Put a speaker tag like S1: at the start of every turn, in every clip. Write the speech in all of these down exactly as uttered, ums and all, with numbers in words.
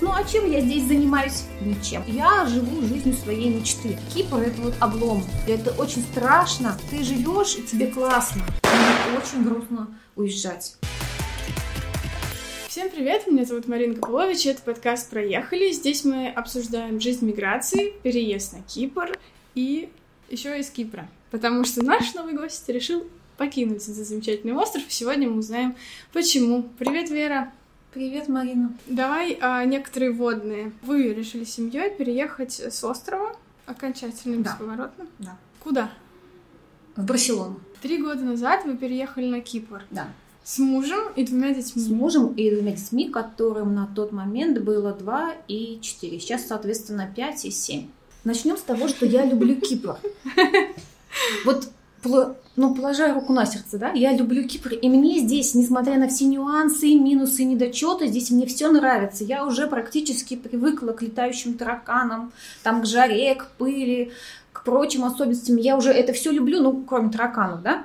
S1: Ну а чем я здесь занимаюсь? Ничем. Я живу жизнью своей мечты. Кипр — это вот облом. Это очень страшно. Ты живешь, и тебе классно. И очень грустно уезжать.
S2: Всем привет, меня зовут Марина Копылович, это подкаст «Проехали». Здесь мы обсуждаем жизнь миграции, переезд на Кипр и еще из Кипра. Потому что наш новый гость решил покинуть этот замечательный остров, и сегодня мы узнаем, почему. Привет, Вера!
S1: Привет, Марина!
S2: Давай а, некоторые вводные. Вы решили с семьей переехать с острова окончательно,
S1: да.
S2: бесповоротно?
S1: Да.
S2: Куда?
S1: В Барселону.
S2: Три года назад вы переехали на Кипр.
S1: Да.
S2: С мужем и двумя детьми.
S1: С мужем и двумя детьми, которым на тот момент было два и четыре. Сейчас, соответственно, пять и семь. Начнем с того, что я люблю Кипр. Вот, ну, положа руку на сердце, да, я люблю Кипр, и мне здесь, несмотря на все нюансы, минусы, недочеты, здесь мне все нравится. Я уже практически привыкла к летающим тараканам, там, к жаре, к пыли, к прочим особенностям. Я уже это все люблю, ну, кроме тараканов, да.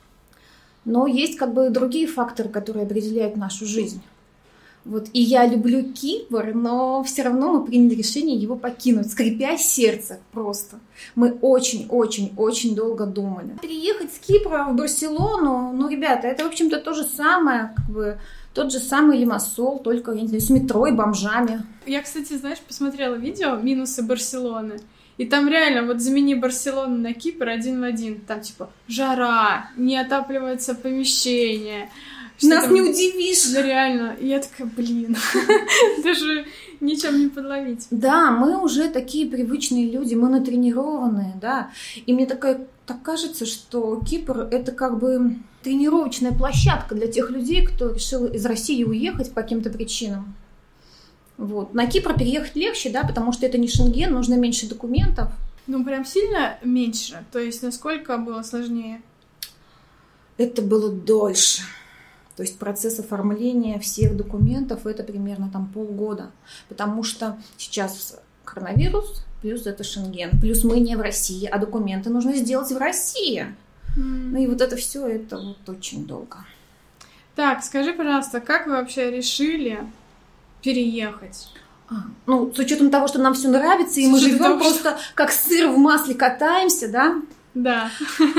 S1: Но есть как бы другие факторы, которые определяют нашу жизнь. Вот. И я люблю Кипр, но все равно мы приняли решение его покинуть, скрипя сердце просто. Мы очень-очень-очень долго думали. Переехать с Кипра в Барселону, ну, ребята, это, в общем-то, то же самое, как бы, тот же самый Лимассол, только, я не знаю, с метро и бомжами.
S2: Я, кстати, знаешь, посмотрела видео «Минусы Барселоны». И там реально, вот замени Барселону на Кипр один в один. Там типа жара, не отапливается помещение.
S1: Нас
S2: там...
S1: не удивишь.
S2: Да реально. И я такая, блин, даже ничем не подловить.
S1: Да, мы уже такие привычные люди, мы натренированные, да. И мне такая, так кажется, что Кипр — это как бы тренировочная площадка для тех людей, кто решил из России уехать по каким-то причинам. Вот. На Кипр переехать легче, да, потому что это не Шенген, нужно меньше документов.
S2: Ну, прям сильно меньше? То есть, насколько было сложнее?
S1: Это было дольше. То есть процесс оформления всех документов — это примерно там полгода. Потому что сейчас коронавирус, плюс это Шенген, плюс мы не в России, а документы нужно сделать в России. Mm. Ну и вот это все, это вот очень долго.
S2: Так, скажи, пожалуйста, как вы вообще решили переехать?
S1: А, ну, с учетом того, что нам все нравится, и мы живем того, просто что... как сыр в масле катаемся, да?
S2: Да.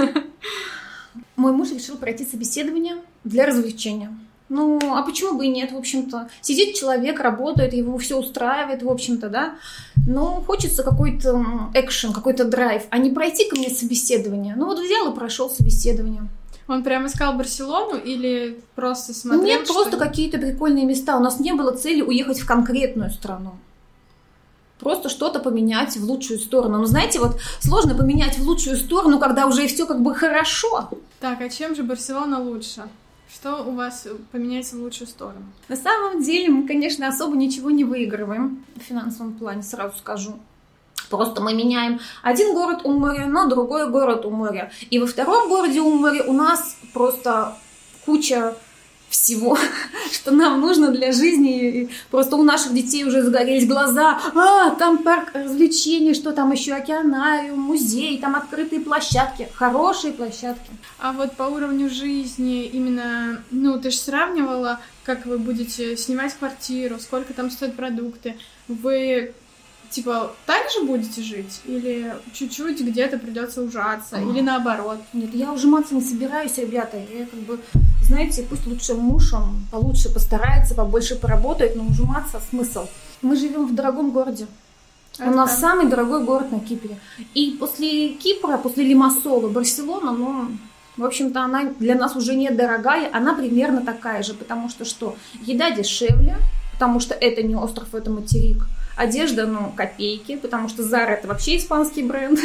S1: Мой муж решил пройти собеседование для развлечения. Ну, а почему бы и нет, в общем-то. Сидит человек, работает, его все устраивает, в общем-то, да. Но хочется какой-то экшен, какой-то драйв, а не пройти ко мне собеседование. Ну, вот взял и прошел собеседование.
S2: Он прям искал Барселону или просто смотрел?
S1: Нет,
S2: что...
S1: просто какие-то прикольные места. У нас не было цели уехать в конкретную страну. Просто что-то поменять в лучшую сторону. Но знаете, вот сложно поменять в лучшую сторону, когда уже все как бы хорошо.
S2: Так, а чем же Барселона лучше? Что у вас поменяется в лучшую сторону?
S1: На самом деле мы, конечно, особо ничего не выигрываем в финансовом плане, сразу скажу. Просто мы меняем один город у моря на другой город у моря. И во втором городе у моря у нас просто куча всего, что нам нужно для жизни. И просто у наших детей уже загорелись глаза. А, там парк развлечений, что там еще, океанариум, музей, там открытые площадки, хорошие площадки.
S2: А вот по уровню жизни именно, ну, ты же сравнивала, как вы будете снимать квартиру, сколько там стоят продукты. Вы... Типа, так же будете жить? Или чуть-чуть где-то придется ужаться? А. Или наоборот?
S1: Нет, я ужиматься не собираюсь, ребята. Я как бы, знаете, пусть лучше муж, он получше постарается, побольше поработает, но ужиматься смысл. Мы живем в дорогом городе. Это У нас так. самый дорогой город на Кипре. И после Кипра, после Лимассола, Барселона, ну, в общем-то, она для нас уже не дорогая, она примерно такая же. Потому что что? Еда дешевле, потому что это не остров, это материк. Одежда, ну, копейки, потому что Zara — это вообще испанский бренд.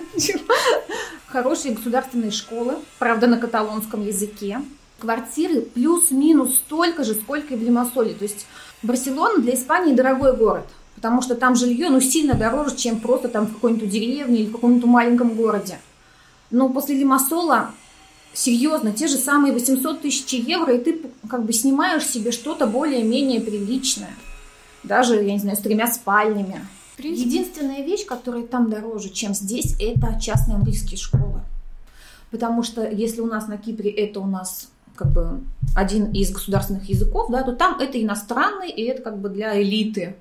S1: Хорошие государственные школы, правда, на каталонском языке. Квартиры плюс-минус столько же, сколько и в Лимассоле. То есть Барселона для Испании дорогой город, потому что там жилье, ну, сильно дороже, чем просто там в какой-нибудь деревне или в каком-нибудь маленьком городе. Но после Лимассола, серьезно, те же самые восемьсот тысяч евро, и ты как бы снимаешь себе что-то более-менее приличное. Даже, я не знаю, с тремя спальнями. Единственная вещь, которая там дороже, чем здесь, это частные английские школы. Потому что если у нас на Кипре это у нас как бы один из государственных языков, да, то там это иностранный, и это как бы для элиты.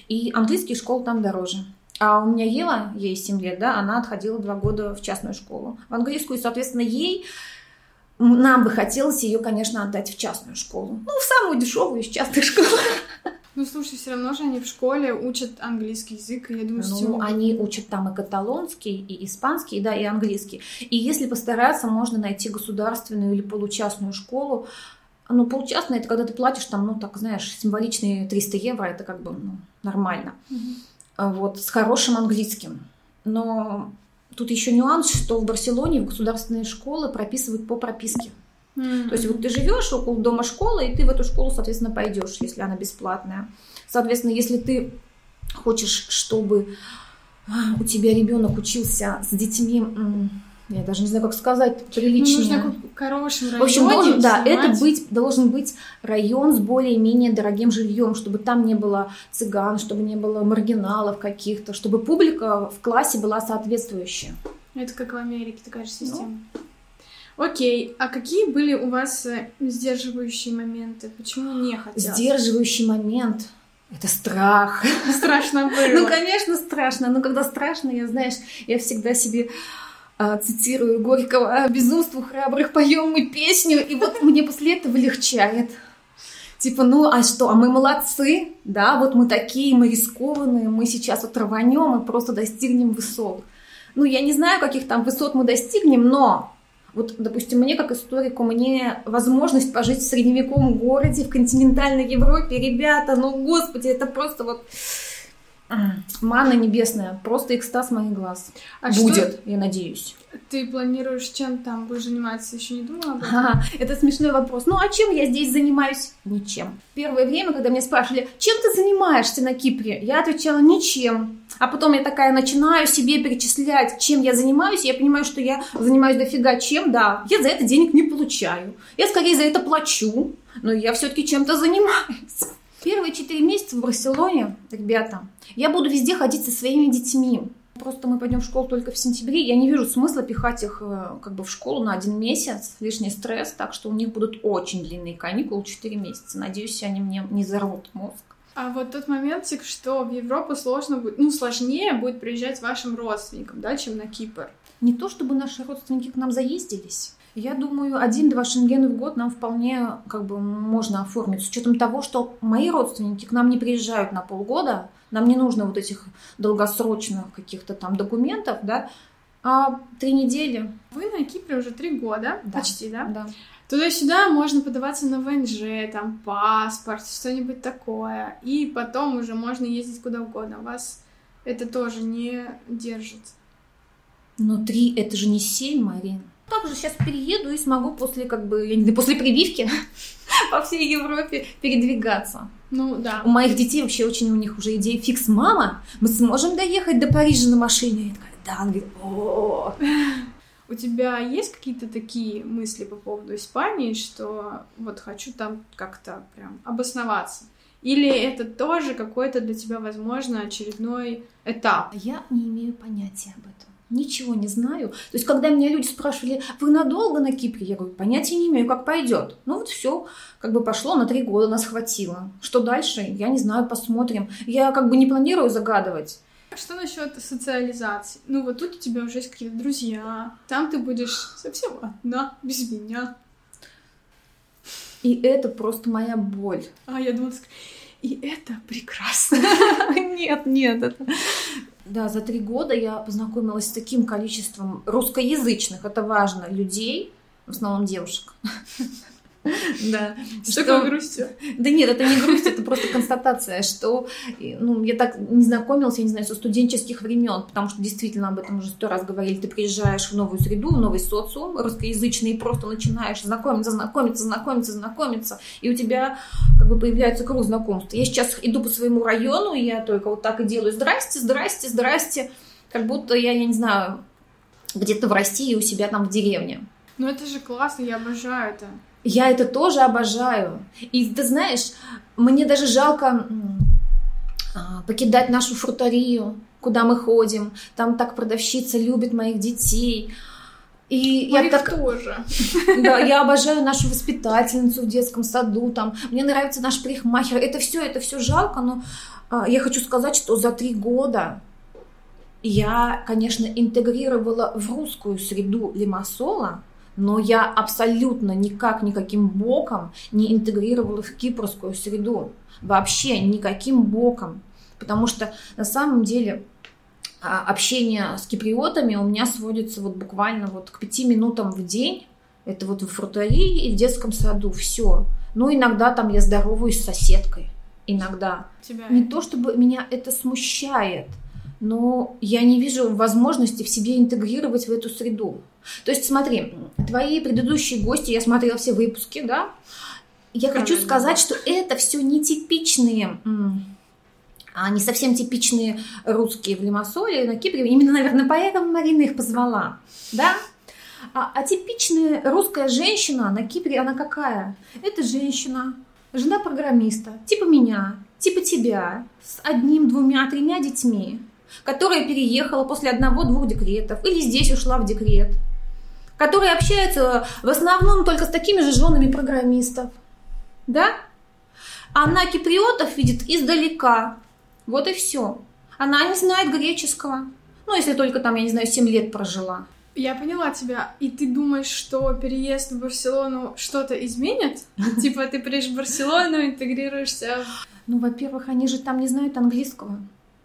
S1: И английские школы там дороже. А у меня Ева, ей семь лет, да, она отходила два года в частную школу. В английскую, и, соответственно, ей, нам бы хотелось ее, конечно, отдать в частную школу. Ну, в самую дешевую из частных школ.
S2: Ну, слушай, все равно же они в школе учат английский язык, и я думаю,
S1: ну,
S2: что...
S1: они учат там и каталонский, и испанский, да, и английский. И если постараться, можно найти государственную или получастную школу. Ну, получастная — это когда ты платишь там, ну, так, знаешь, символичные триста евро, это как бы ну, нормально. Mm-hmm. Вот, с хорошим английским. Но тут еще нюанс, что в Барселоне в государственные школы прописывают по прописке. Mm-hmm. То есть вот ты живешь около дома школы, и ты в эту школу, соответственно, пойдешь, если она бесплатная. Соответственно, если ты хочешь, чтобы у тебя ребенок учился с детьми, я даже не знаю, как сказать, приличнее.
S2: Ну, нужно в хорошем районе.
S1: В общем, должен, да,
S2: снимать.
S1: это быть, должен быть район с более-менее дорогим жильем, чтобы там не было цыган, чтобы не было маргиналов каких-то, чтобы публика в классе была соответствующая.
S2: Это как в Америке такая же система. Ну. Окей, а какие были у вас сдерживающие моменты? Почему не хотелось?
S1: Сдерживающий момент — это страх.
S2: Страшно было.
S1: Ну, конечно, страшно. Но когда страшно, я, знаешь, я всегда себе а, цитирую Горького: «Безумству храбрых поем мы песню». И вот мне после этого легчает. Типа, ну, а что, а мы молодцы, да, вот мы такие, мы рискованные, мы сейчас вот рванем и просто достигнем высот. Ну, я не знаю, каких там высот мы достигнем, но... Вот, допустим, мне как историку, мне возможность пожить в средневековом городе, в континентальной Европе, ребята, ну, господи, это просто вот манна небесная, просто экстаз моих глаз. А будет, что... я надеюсь.
S2: Ты планируешь, чем там будешь заниматься? Еще не думала об этом?
S1: Ага, это смешной вопрос. Ну, а чем я здесь занимаюсь? Ничем. Первое время, когда меня спрашивали, чем ты занимаешься на Кипре, я отвечала: ничем. А потом я такая начинаю себе перечислять, чем я занимаюсь, и я понимаю, что я занимаюсь дофига чем, да. Я за это денег не получаю. Я скорее за это плачу, но я все-таки чем-то занимаюсь. Первые четыре месяца в Барселоне, ребята, я буду везде ходить со своими детьми. Просто мы пойдем в школу только в сентябре. Я не вижу смысла пихать их как бы в школу на один месяц. Лишний стресс. Так что у них будут очень длинные каникулы, четыре месяца. Надеюсь, они мне не взорвут мозг.
S2: А вот тот моментик, что в Европу сложно будет, ну, сложнее будет приезжать вашим родственникам, да, чем на Кипр.
S1: Не то чтобы наши родственники к нам заездились. Я думаю, один-два шенгена в год нам вполне как бы можно оформить. С учетом того, что мои родственники к нам не приезжают на полгода, нам не нужно вот этих долгосрочных каких-то там документов, да, а три недели.
S2: Вы на Кипре уже три года,
S1: да.
S2: почти, да?
S1: Да.
S2: Туда-сюда можно подаваться на вэ эн жэ, там, паспорт, что-нибудь такое. И потом уже можно ездить куда угодно. Вас это тоже не держит.
S1: Но три — это же не семь, Марин. Также сейчас перееду и смогу после, как бы, я не знаю, после прививки по всей Европе передвигаться.
S2: Ну, да.
S1: У моих детей вообще очень, у них уже идея фикс. Мама, мы сможем доехать до Парижа на машине? Я такая: да, он говорит: о.
S2: У тебя есть какие-то такие мысли по поводу Испании, что вот хочу там как-то прям обосноваться? Или это тоже какой-то для тебя, возможно, очередной этап?
S1: Я не имею понятия об этом. Ничего не знаю. То есть, когда меня люди спрашивали: вы надолго на Кипре? Я говорю: понятия не имею, как пойдет. Ну вот все, как бы пошло, на три года нас хватило. Что дальше? Я не знаю, посмотрим. Я как бы не планирую загадывать.
S2: Что насчет социализации? Ну вот тут у тебя уже есть какие-то друзья, там ты будешь совсем одна, без меня.
S1: И это просто моя боль.
S2: А, я думала, и это прекрасно.
S1: Нет, нет, это... Да, за три года я познакомилась с таким количеством русскоязычных, это важно, людей, в основном девушек.
S2: Да. С такой грустью.
S1: Да нет, это не грусть, это просто констатация, что ну, я так не знакомилась, я не знаю, со студенческих времен, потому что действительно об этом уже сто раз говорили. Ты приезжаешь в новую среду, в новый социум русскоязычный, и просто начинаешь знакомиться, знакомиться, знакомиться, знакомиться, и у тебя как бы появляется круг знакомств. Я сейчас иду по своему району, и я только вот так и делаю: здрасте, здрасте, здрасте, как будто я, я не знаю, где-то в России у себя там в деревне.
S2: Ну это же классно, я обожаю это.
S1: Я это тоже обожаю. И ты знаешь, мне даже жалко покидать нашу фруторию, куда мы ходим. Там так продавщица любит моих детей. И
S2: Мы
S1: я так...
S2: тоже.
S1: Да, я обожаю нашу воспитательницу в детском саду, там, мне нравится наш парикмахер. Это все, это все жалко, но а, я хочу сказать, что за три года я, конечно, интегрировала в русскую среду Лимассола, но я абсолютно никак, никаким боком не интегрировала в кипрскую среду. Вообще никаким боком. Потому что на самом деле общение с киприотами у меня сводится вот буквально вот к пяти минутам в день. Это вот в фрутории и в детском саду. Все. Ну, иногда там я здороваюсь с соседкой. Иногда.
S2: Тебя...
S1: Не то, чтобы меня это смущает, но я не вижу возможности в себе интегрировать в эту среду. То есть, смотри, твои предыдущие гости, я смотрела все выпуски, да? Я хочу
S2: Правильно.
S1: сказать, что это все нетипичные, не совсем типичные русские в Лимассоле, на Кипре. Именно, наверное, поэтому Марина их позвала, да? А, а типичная русская женщина на Кипре, она какая? Это женщина, жена программиста, типа меня, типа тебя, с одним, двумя, тремя детьми, которая переехала после одного-двух декретов или здесь ушла в декрет, которая общается в основном только с такими же женами программистов, да? Она киприотов видит издалека, вот и все. Она не знает греческого, ну, если только там, я не знаю, семь лет прожила.
S2: Я поняла тебя. И ты думаешь, что переезд в Барселону что-то изменит? Типа ты приедешь в Барселону, интегрируешься...
S1: Ну, во-первых, они же там не знают английского.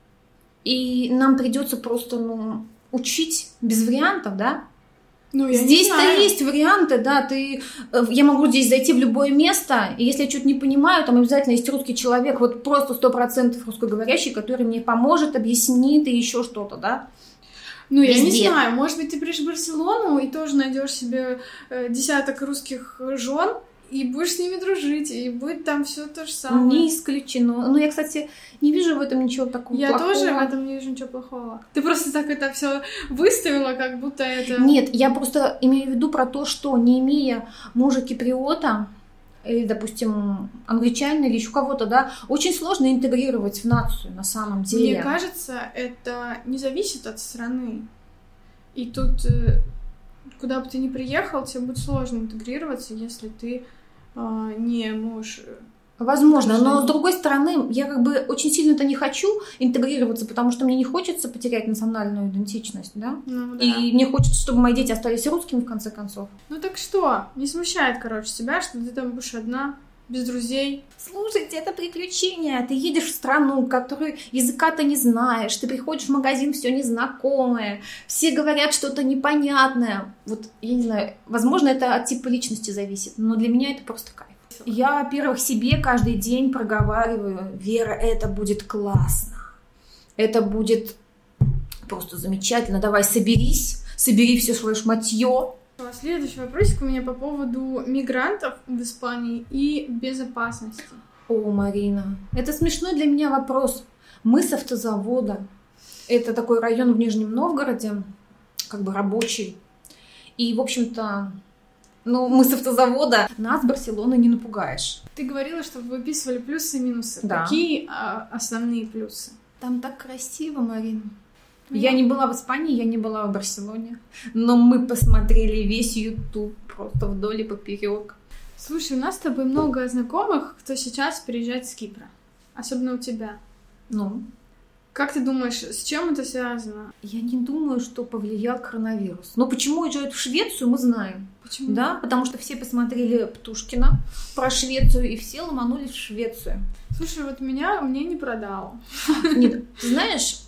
S1: И нам придется просто, ну, учить без вариантов, да?
S2: Ну, я
S1: Здесь-то есть варианты, да, ты... Я могу здесь зайти в любое место, и если я что-то не понимаю, там обязательно есть русский человек, вот просто сто процентов русскоговорящий, который мне поможет, объяснит и еще что-то, да?
S2: Ну, я
S1: Везде.
S2: не знаю, может быть, ты приедешь в Барселону и тоже найдешь себе э, десяток русских жен и будешь с ними дружить, и будет там все то же самое.
S1: Не исключено. Ну, я, кстати, не вижу в этом ничего такого
S2: Я
S1: плохого.
S2: тоже в этом не вижу ничего плохого. Ты просто так это все выставила, как будто это...
S1: Нет, я просто имею в виду про то, что не имея мужа киприота, или, допустим, англичанина или еще кого-то, да, очень сложно интегрировать в нацию на самом деле.
S2: Мне кажется, это не зависит от страны. И тут, э, куда бы ты ни приехал, тебе будет сложно интегрироваться, если ты э, не можешь...
S1: Возможно, но с другой стороны, я как бы очень сильно-то не хочу интегрироваться, потому что мне не хочется потерять национальную идентичность, да?
S2: Ну, да.
S1: И мне хочется, чтобы мои дети остались русскими, в конце концов.
S2: Ну так что? Не смущает, короче, тебя, что ты там будешь одна, без друзей?
S1: Слушайте, это приключение. Ты едешь в страну, которую языка ты не знаешь, ты приходишь в магазин, все незнакомое, все говорят что-то непонятное. Вот, я не знаю, возможно, это от типа личности зависит, но для меня это просто кайф. Я, во-первых, себе каждый день проговариваю: Вера, это будет классно, это будет просто замечательно, давай соберись, собери все свое шматье.
S2: Следующий вопросик у меня по поводу мигрантов в Испании и безопасности.
S1: О, Марина, это смешной для меня вопрос. Мы с автозавода, это такой район в Нижнем Новгороде, как бы рабочий, и, в общем-то, ну, мы с автозавода, нас Барселоны не напугаешь.
S2: Ты говорила, что вы выписывали плюсы и минусы.
S1: Да.
S2: Какие а, основные плюсы?
S1: Там так красиво, Марина. Я не была в Испании, я не была в Барселоне, но мы посмотрели весь YouTube просто вдоль и поперек.
S2: Слушай, у нас с тобой много знакомых, кто сейчас переезжает с Кипра. Особенно у тебя.
S1: Ну?
S2: Как ты думаешь, с чем это связано?
S1: Я не думаю, что повлиял коронавирус. Но почему уезжают в Швецию, мы знаем.
S2: Почему?
S1: Да, потому что все посмотрели Птушкина про Швецию и все ломанулись в Швецию.
S2: Слушай, вот меня мне не продал.
S1: Нет, ты знаешь,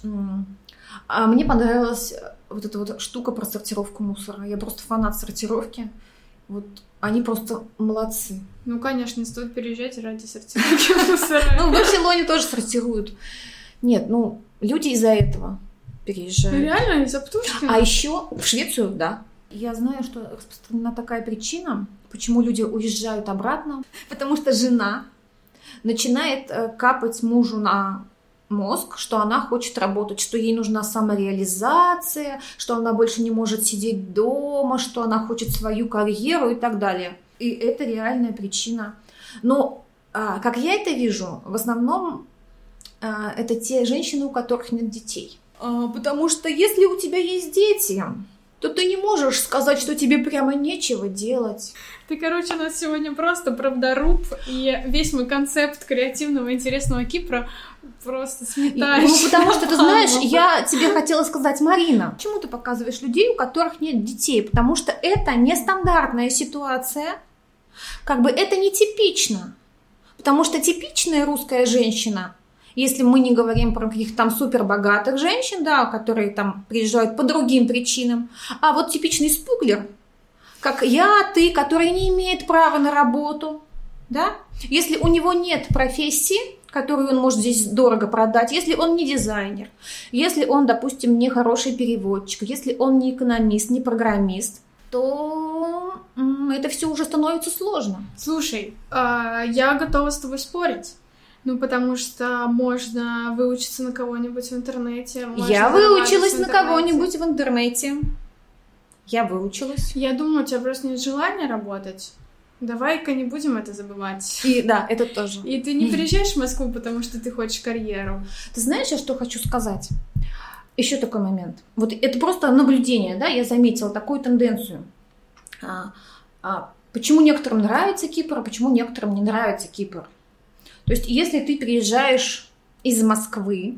S1: а мне понравилась вот эта вот штука про сортировку мусора. Я просто фанат сортировки. Вот они просто молодцы.
S2: Ну, конечно, не стоит переезжать ради сортировки мусора.
S1: Ну, в Барселоне тоже сортируют. Нет, ну, люди из-за этого переезжают.
S2: Реально? Из-за Птушкина?
S1: А еще в Швецию, да. Я знаю, что распространена такая причина, почему люди уезжают обратно. Потому что жена начинает капать мужу на мозг, что она хочет работать, что ей нужна самореализация, что она больше не может сидеть дома, что она хочет свою карьеру и так далее. И это реальная причина. Но, как я это вижу, в основном это те женщины, у которых нет детей. Потому что если у тебя есть дети, то ты не можешь сказать, что тебе прямо нечего делать.
S2: Ты, короче, у нас сегодня просто правдоруб, и весь мой концепт креативного интересного Кипра просто сметаешь.
S1: Ну, потому что, ты знаешь, я тебе хотела сказать, Марина, почему ты показываешь людей, у которых нет детей? Потому что это нестандартная ситуация, как бы это нетипично. Потому что типичная русская женщина, если мы не говорим про каких-то там супербогатых женщин, да, которые там приезжают по другим причинам, а вот типичный спуглер, как я, ты, который не имеет права на работу, да, если у него нет профессии, которую он может здесь дорого продать, если он не дизайнер, если он, допустим, не хороший переводчик, если он не экономист, не программист, то это все уже становится сложно.
S2: Слушай, я готова с тобой спорить. Ну, потому что можно выучиться на кого-нибудь в интернете.
S1: Я выучилась на кого-нибудь в интернете. Я выучилась.
S2: Я думаю, у тебя просто нет желания работать. Давай-ка не будем это забывать.
S1: И да, это тоже.
S2: И ты не приезжаешь в Москву, потому что ты хочешь карьеру.
S1: Ты знаешь, я что хочу сказать? Еще такой момент. Вот это просто наблюдение, да, я заметила такую тенденцию. А, а, почему некоторым нравится Кипр, а почему некоторым не нравится Кипр? То есть, если ты приезжаешь из Москвы,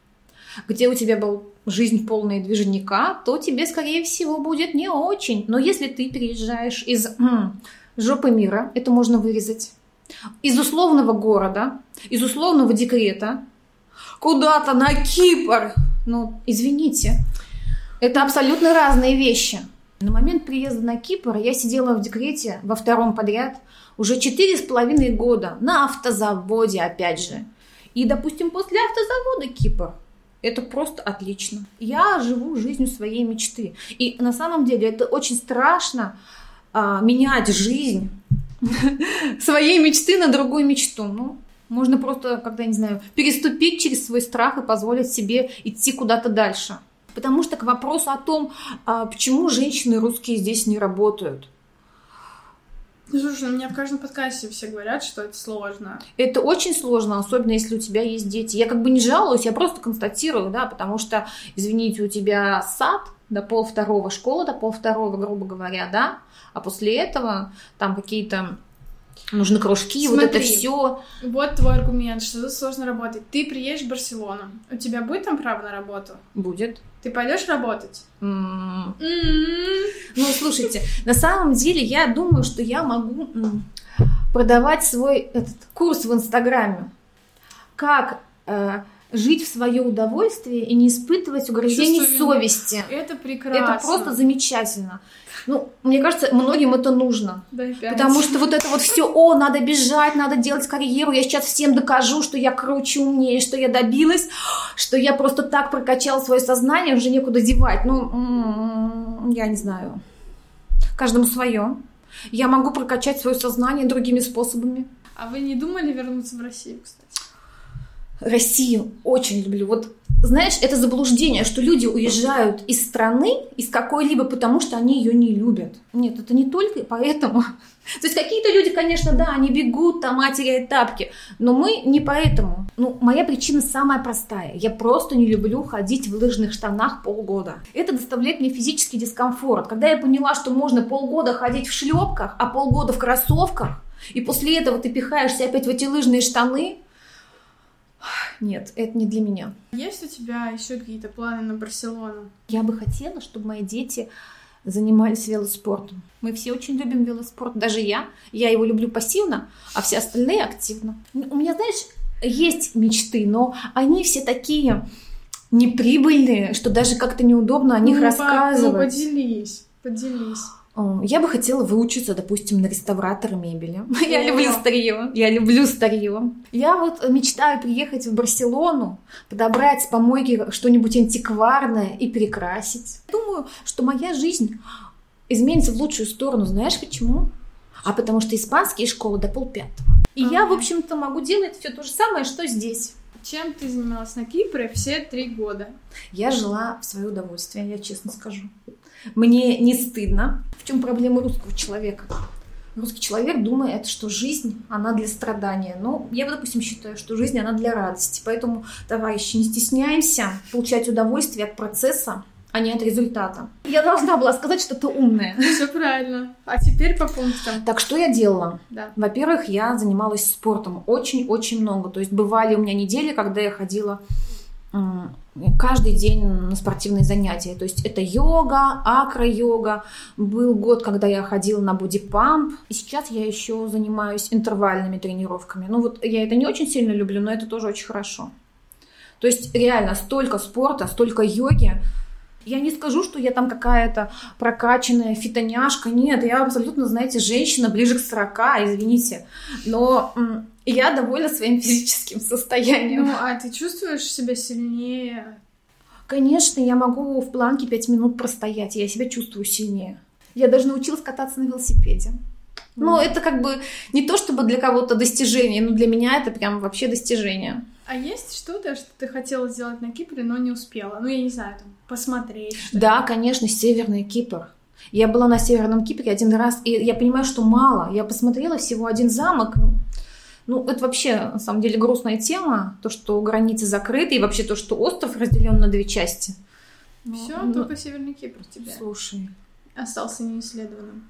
S1: где у тебя была жизнь полная движника, то тебе, скорее всего, будет не очень. Но если ты приезжаешь из м, жопы мира, это можно вырезать, из условного города, из условного декрета, куда-то на Кипр, ну, извините, это абсолютно разные вещи. На момент приезда на Кипр я сидела в декрете во втором подряд уже четыре с половиной года на автозаводе, опять же. И, допустим, после автозавода Кипр – это просто отлично. Я живу жизнью своей мечты. И на самом деле это очень страшно а, менять жизнь своей мечты на другую мечту. Ну, можно просто, когда, не знаю, переступить через свой страх и позволить себе идти куда-то дальше. Потому что к вопросу о том, а, почему женщины русские здесь не работают.
S2: Слушай, у меня в каждом подкасте все говорят, что это сложно.
S1: Это очень сложно, особенно если у тебя есть дети. Я как бы не жалуюсь, я просто констатирую, да, потому что, извините, у тебя сад до полвторого, школа до полвторого, грубо говоря, да, а после этого там какие-то нужны кружки,
S2: Смотри,
S1: вот это все.
S2: Вот твой аргумент, что тут сложно работать. Ты приедешь в Барселону, у тебя будет там право на работу?
S1: Будет.
S2: Ты пойдешь работать?
S1: Mm.
S2: Mm-hmm.
S1: Ну, слушайте, на самом деле я думаю, что я могу продавать свой этот курс в Инстаграме. Как э, жить в свое удовольствие и не испытывать угрызений совести.
S2: Это прекрасно.
S1: Это просто замечательно. Ну, мне кажется, многим это нужно. Потому что вот это вот все, о, надо бежать, надо делать карьеру, я сейчас всем докажу, что я круче, умнее, что я добилась, что я просто так прокачала свое сознание, уже некуда девать. Ну, я не знаю. Каждому свое. Я могу прокачать свое сознание другими способами.
S2: А вы не думали вернуться в Россию, кстати?
S1: Россию очень люблю. Вот, знаешь, это заблуждение, что люди уезжают из страны, из какой-либо, потому что они ее не любят. Нет, это не только поэтому. То есть какие-то люди, конечно, да, они бегут, там, а теряют тапки, но мы не поэтому. Ну, моя причина самая простая. Я просто не люблю ходить в лыжных штанах полгода. Это доставляет мне физический дискомфорт. Когда я поняла, что можно полгода ходить в шлепках, а полгода в кроссовках, и после этого ты пихаешься опять в эти лыжные штаны, нет, это не для меня.
S2: Есть у тебя еще какие-то планы на Барселону?
S1: Я бы хотела, чтобы мои дети занимались велоспортом. Мы все очень любим велоспорт, даже я. Я его люблю пассивно, а все остальные активно. У меня, знаешь, есть мечты, но они все такие неприбыльные, что даже как-то неудобно о них ну, рассказывать.
S2: Ну, поделись, поделись.
S1: Я бы хотела выучиться, допустим, на реставратора мебели. Я люблю старье. Я люблю старье. Я вот мечтаю приехать в Барселону, подобрать с помойки что-нибудь антикварное и перекрасить. Думаю, что моя жизнь изменится в лучшую сторону. Знаешь почему? А потому что испанские школы до полпятого. И ага. я, в общем-то, могу делать все то же самое, что здесь.
S2: Чем ты занималась на Кипре все три года?
S1: Я жила в свое удовольствие, я честно скажу. Мне не стыдно. В чем проблема русского человека? Русский человек думает, что жизнь, она для страдания. Но я, допустим, считаю, что жизнь, она для радости. Поэтому, товарищи, не стесняемся получать удовольствие от процесса, а не от результата. Я должна была сказать что-то умное.
S2: Все правильно. А теперь по пунктам.
S1: Так что я делала?
S2: Да.
S1: Во-первых, я занималась спортом очень-очень много. То есть бывали у меня недели, когда я ходила каждый день на спортивные занятия. То есть это йога, акро-йога. Был год, когда я ходила на бодипамп. И сейчас я еще занимаюсь интервальными тренировками. Ну вот я это не очень сильно люблю, но это тоже очень хорошо. То есть реально столько спорта, столько йоги. Я не скажу, что я там какая-то прокачанная фитоняшка. Нет, я абсолютно, знаете, женщина ближе к сорока, извините. Но м- я довольна своим физическим состоянием.
S2: Ну, а ты чувствуешь себя сильнее?
S1: Конечно, я могу в планке пять минут простоять, и я себя чувствую сильнее. Я даже научилась кататься на велосипеде. Mm. Но это как бы не то чтобы для кого-то достижение, но для меня это прям вообще достижение.
S2: А есть что-то, что ты хотела сделать на Кипре, но не успела? Ну, я не знаю, там, посмотреть что-то.
S1: Да, конечно, Северный Кипр. Я была на Северном Кипре один раз, и я понимаю, что мало. Я посмотрела всего один замок. Ну, это вообще, на самом деле, грустная тема. То, что границы закрыты, и вообще то, что остров разделен на две части.
S2: Все,
S1: ну,
S2: только Северный Кипр тебе.
S1: Слушай.
S2: Остался неисследованным.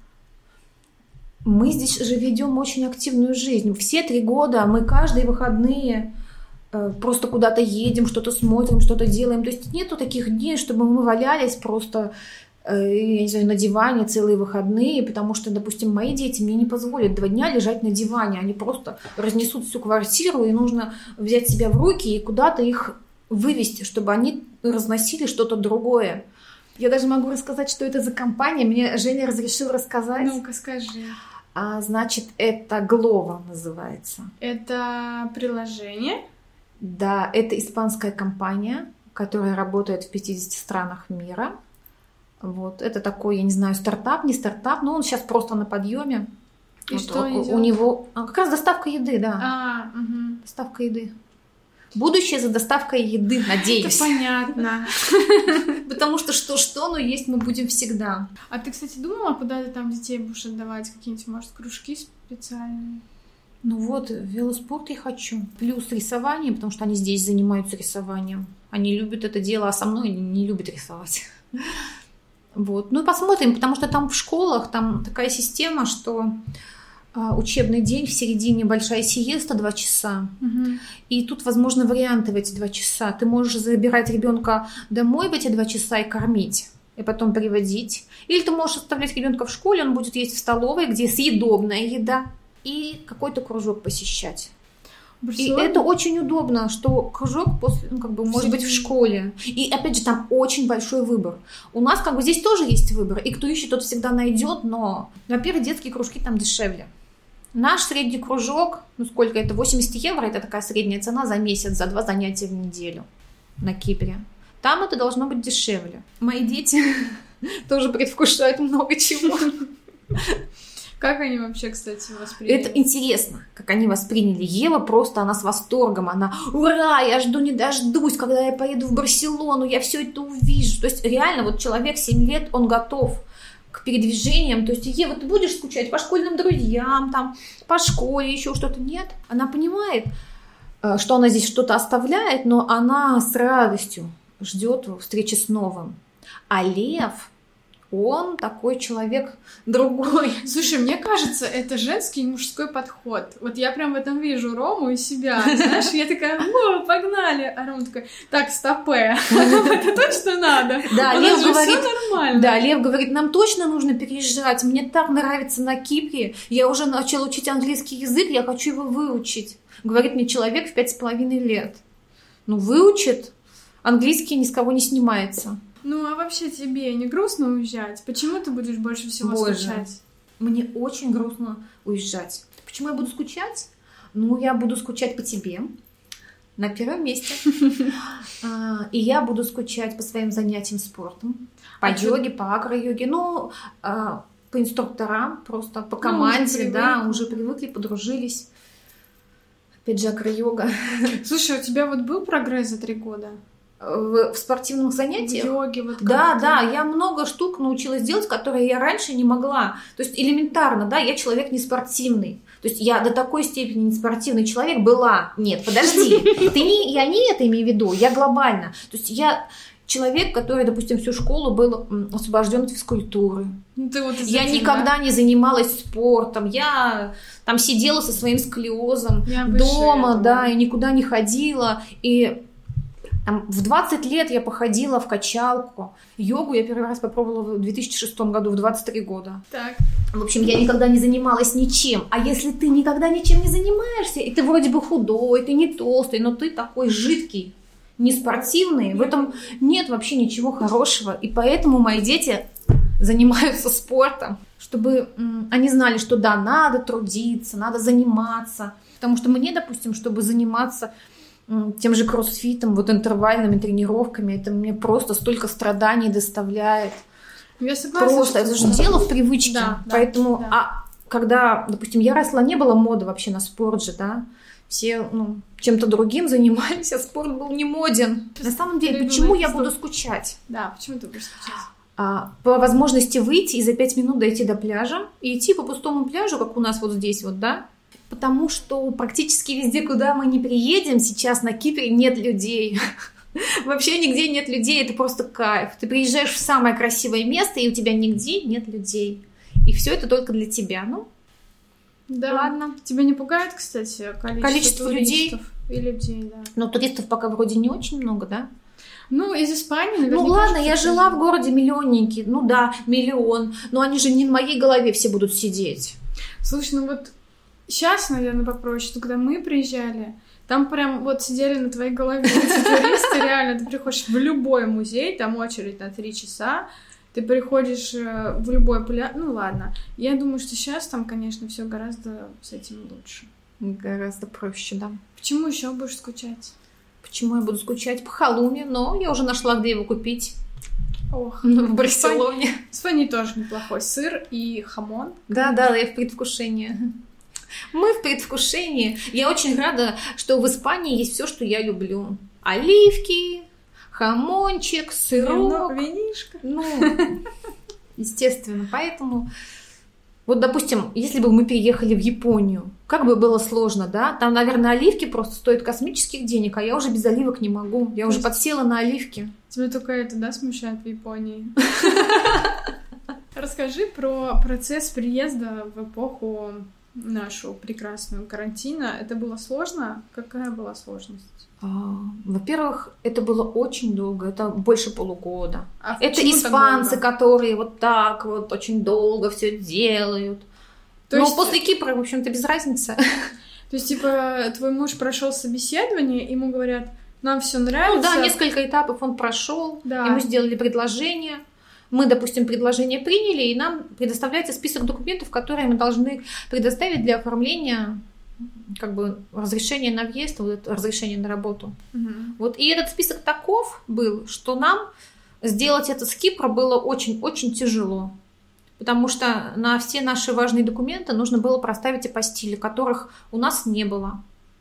S1: Мы здесь же ведем очень активную жизнь. Все три года мы каждые выходные просто куда-то едем, что-то смотрим, что-то делаем. То есть нету таких дней, чтобы мы валялись просто, я не знаю, на диване целые выходные, потому что, допустим, мои дети мне не позволят два дня лежать на диване. Они просто разнесут всю квартиру, и нужно взять себя в руки и куда-то их вывести, чтобы они разносили что-то другое. Я даже могу рассказать, что это за компания. Мне Женя разрешил рассказать.
S2: Ну-ка, скажи.
S1: А, значит, это Glovo называется.
S2: Это приложение?
S1: Да, это испанская компания, которая работает в пятидесяти странах мира. Вот. Это такой, я не знаю, стартап, не стартап, но он сейчас просто на подъеме.
S2: И
S1: вот,
S2: что они
S1: у, у
S2: делают?
S1: него как раз доставка еды, да.
S2: А, угу.
S1: Доставка еды. Будущее за доставкой еды, надеюсь.
S2: Это понятно.
S1: Потому что что-что, но есть мы будем всегда.
S2: А ты, кстати, думала, куда ты там детей будешь отдавать? Какие-нибудь, может, кружки специальные?
S1: Ну вот, велоспорт я хочу. Плюс рисование, потому что они здесь занимаются рисованием. Они любят это дело, а со мной они не любят рисовать. Вот. Ну и посмотрим, потому что там в школах там такая система, что а, учебный день, в середине большая сиеста, два часа.
S2: Угу.
S1: И тут возможны варианты в эти два часа. Ты можешь забирать ребенка домой в эти два часа и кормить, и потом приводить. Или ты можешь оставлять ребенка в школе, он будет есть в столовой, где съедобная еда, и какой-то кружок посещать. И это очень удобно, что кружок после, ну, как бы, может быть в школе. И опять же, там очень большой выбор. У нас как бы здесь тоже есть выбор, и кто ищет, тот всегда найдет, но, во-первых, детские кружки там дешевле. Наш средний кружок, ну сколько это, восемьдесят евро, это такая средняя цена за месяц, за два занятия в неделю на Кипре. Там это должно быть дешевле. Мои дети тоже предвкушают много чего.
S2: Как они вообще, кстати, восприняли?
S1: Это интересно, как они восприняли. Ева просто, она с восторгом, она, ура, я жду не дождусь, когда я поеду в Барселону, я все это увижу. То есть реально вот человек семь лет, он готов к передвижениям. То есть, Ева, ты будешь скучать по школьным друзьям, там, по школе, еще что-то? Нет. Она понимает, что она здесь что-то оставляет, но она с радостью ждет встречи с новым. А Лев... Он такой человек другой.
S2: Слушай, мне кажется, это женский и мужской подход. Вот я прям в этом вижу Рому и себя. Знаешь, я такая, о, погнали. А Рома такой, так, стопэ. Это точно надо.
S1: Да, Лев говорит,
S2: нормально.
S1: Да, Лев говорит, нам точно нужно переезжать. Мне так нравится на Кипре. Я уже начала учить английский язык, я хочу его выучить. Говорит мне человек в пять с половиной лет. Ну, выучит. Английский ни с кого не снимается.
S2: Ну, а вообще тебе не грустно уезжать? Почему ты будешь больше всего
S1: Боже,
S2: скучать?
S1: Мне очень грустно уезжать. Почему я буду скучать? Ну, я буду скучать по тебе на первом месте. И я буду скучать по своим занятиям спортом. По йоге, по акро-йоге. Ну, по инструкторам, просто по команде. Да, уже привыкли, подружились. Опять же, акро-йога.
S2: Слушай, у тебя вот был прогресс за три года?
S1: В, в спортивных занятиях.
S2: В йоге, вот
S1: да, да, я много штук научилась делать, которые я раньше не могла. То есть элементарно, да, я человек не спортивный. То есть я до такой степени не спортивный человек была. Нет, подожди, ты не, я не это имею в виду, я глобально. То есть я, человек, который, допустим, всю школу был освобожден от физкультуры.
S2: Ну, ты вот
S1: я
S2: этим,
S1: никогда
S2: да?
S1: не занималась спортом. Я там сидела со своим сколиозом
S2: я
S1: дома,
S2: этого.
S1: да, и никуда не ходила. И там, в двадцать лет я походила в качалку. Йогу я первый раз попробовала в две тысячи шестом году, в двадцать три года.
S2: Так.
S1: В общем, я никогда не занималась ничем. А если ты никогда ничем не занимаешься, и ты вроде бы худой, ты не толстый, но ты такой жидкий, не спортивный, в этом нет вообще ничего хорошего. И поэтому мои дети занимаются спортом, чтобы м, они знали, что да, надо трудиться, надо заниматься. Потому что мне, допустим, чтобы заниматься м, тем же кроссфитом, вот интервальными тренировками, это мне просто столько страданий доставляет.
S2: Я согласна.
S1: Просто это же дело в привычке.
S2: Да,
S1: Поэтому,
S2: да.
S1: а когда, допустим, я росла, не было моды вообще на спорт же, да. Все ну, чем-то другим занимались, а спорт был не моден. На самом деле,
S2: Перейду
S1: почему
S2: на
S1: я
S2: это
S1: буду
S2: стоп.
S1: скучать?
S2: Да, почему ты будешь скучать?
S1: А, по возможности выйти и за пять минут дойти до пляжа и идти по пустому пляжу, как у нас вот здесь вот, да? Потому что практически везде, куда мы не приедем, сейчас на Кипре нет людей. Вообще нигде нет людей, это просто кайф. Ты приезжаешь в самое красивое место, и у тебя нигде нет людей. И все это только для тебя, ну?
S2: Да.
S1: Ладно.
S2: Тебя не пугает, кстати, количество,
S1: Количество людей?
S2: И людей, да.
S1: Но туристов пока вроде не очень много, да?
S2: Ну, из Испании, наверное.
S1: Ну ладно, я жила в городе миллионники, ну да, миллион, но они же не в моей голове все будут сидеть.
S2: Слушай, ну вот сейчас, наверное, попроще, но когда мы приезжали, там прям вот сидели на твоей голове эти туристы, реально, ты приходишь в любой музей, там очередь на три часа, ты приходишь в любой пляж, ну ладно. Я думаю, что сейчас там, конечно, все гораздо с этим лучше.
S1: Гораздо проще, да.
S2: Почему еще будешь скучать?
S1: Почему я буду скучать по халуме, но я уже нашла, где его купить.
S2: Ох,
S1: В Барселоне.
S2: В Испании тоже неплохой сыр и хамон.
S1: Да, да, я в предвкушении. Мы в предвкушении. Я очень рада, что в Испании есть все, что я люблю. Оливки, хамончик, сырок.
S2: Винишко.
S1: Ну, естественно. Поэтому, вот, допустим, если бы мы переехали в Японию, как бы было сложно, да? Там, наверное, оливки просто стоят космических денег, а я уже без оливок не могу. Я уже подсела на оливки.
S2: Тебя только это, да, смущает в Японии? Расскажи про процесс приезда в эпоху нашу прекрасную карантина. Это было сложно? Какая была сложность?
S1: Во-первых, это было очень долго, это больше полугода.
S2: А
S1: это испанцы, которые вот так вот очень долго все делают. То Но есть... после Кипра, в общем-то, без разницы.
S2: То есть, типа, твой муж прошел собеседование, ему говорят, нам все нравится.
S1: Ну да, несколько этапов он прошел,
S2: да.
S1: Ему сделали предложение. Мы, допустим, предложение приняли, и нам предоставляется список документов, которые мы должны предоставить для оформления как бы разрешения на въезд, вот разрешение на работу.
S2: Угу.
S1: Вот, и этот список таков был, что нам сделать это с Кипра было очень-очень тяжело. Потому что на все наши важные документы нужно было проставить апостили, которых у нас не было.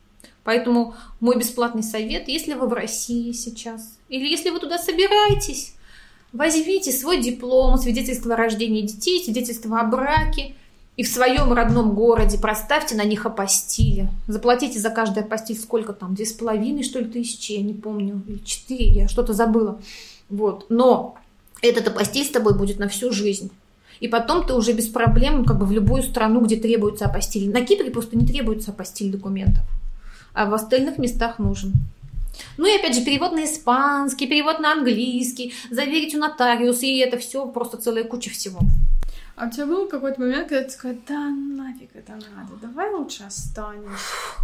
S1: Поэтому мой бесплатный совет, если вы в России сейчас, или если вы туда собираетесь, возьмите свой диплом, свидетельство о рождении детей, свидетельство о браке, и в своем родном городе проставьте на них апостили. Заплатите за каждый апостиль сколько там, две с половиной, что ли, тысячи, я не помню, или четыре, я что-то забыла. Вот. Но этот апостиль с тобой будет на всю жизнь. И потом ты уже без проблем как бы в любую страну, где требуется апостиль. На Кипре просто не требуется апостиль документов, а в остальных местах нужен. Ну и опять же перевод на испанский, перевод на английский, заверить у нотариуса, и это все просто целая куча всего.
S2: А у тебя был какой-то момент, когда ты сказала, да нафиг это надо, давай лучше останемся?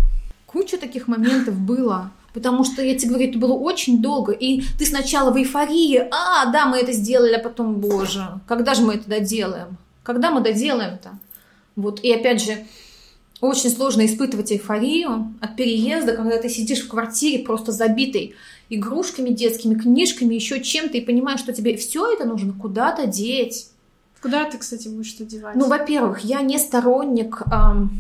S1: Куча таких моментов было, потому что, я тебе говорю, это было очень долго, и ты сначала в эйфории, а, да, мы это сделали, а потом, боже, когда же мы это доделаем? Когда мы доделаем-то? Вот, и опять же, очень сложно испытывать эйфорию от переезда, когда ты сидишь в квартире просто забитой игрушками детскими, книжками, еще чем-то, и понимаешь, что тебе все это нужно куда-то деть.
S2: Куда ты, кстати, будешь это девать?
S1: Ну, во-первых, я не сторонник эм,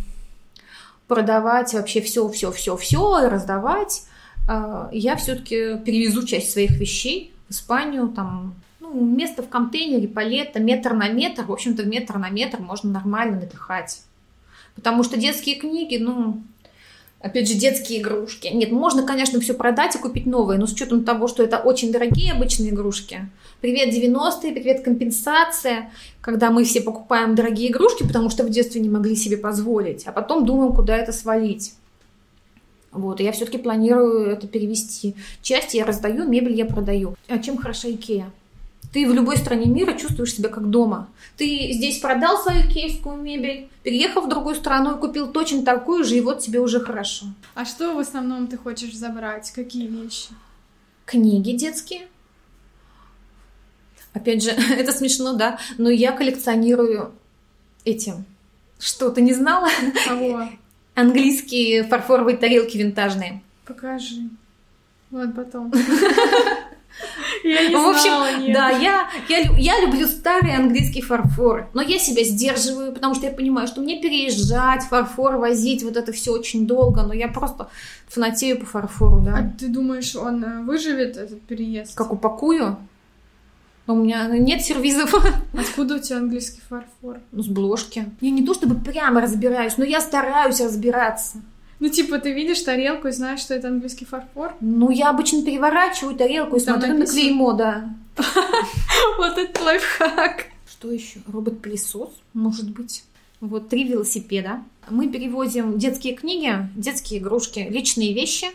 S1: продавать вообще все-все-все-все и раздавать. Э, я все-таки перевезу часть своих вещей в Испанию, там, ну, место в контейнере, палетта, метр на метр. В общем-то, метр на метр можно нормально надыхать. Потому что детские книги, ну, Опять же, детские игрушки. Нет, можно, конечно, все продать и купить новые, но с учетом того, что это очень дорогие обычные игрушки. Привет, девяностые, привет, компенсация. Когда мы все покупаем дорогие игрушки, потому что в детстве не могли себе позволить, а потом думаем, куда это свалить. Вот, и я все-таки планирую это перевести. Часть я раздаю, мебель я продаю. А чем хороша Икеа? Ты в любой стране мира чувствуешь себя как дома. Ты здесь продал свою икеевскую мебель, переехал в другую страну и купил точно такую же, и вот тебе уже хорошо.
S2: А что в основном ты хочешь забрать? Какие вещи?
S1: Книги детские. Опять же, это смешно, да? Но я коллекционирую эти... Что, ты не знала?
S2: Кого?
S1: Английские фарфоровые тарелки винтажные.
S2: Покажи. Вот потом. Я не
S1: В общем,
S2: знала, нет.
S1: да, я, я, я люблю старые английские фарфоры, но я себя сдерживаю, потому что я понимаю, что мне переезжать, фарфор возить, вот это все очень долго, но я просто фанатею по фарфору, да.
S2: А ты думаешь, он выживет, этот переезд?
S1: Как упакую? У меня нет сервизов.
S2: Откуда у тебя английский фарфор?
S1: Ну, с бложки. Я не то чтобы прямо разбираюсь, но я стараюсь разбираться.
S2: Ну, типа, ты видишь тарелку и знаешь, что это английский фарфор?
S1: Ну, я обычно переворачиваю тарелку и
S2: Там
S1: смотрю
S2: написано?
S1: на клеймо, да.
S2: Вот это лайфхак.
S1: Что еще? Робот-пылесос, может быть. Вот три велосипеда. Мы перевозим детские книги, детские игрушки, личные вещи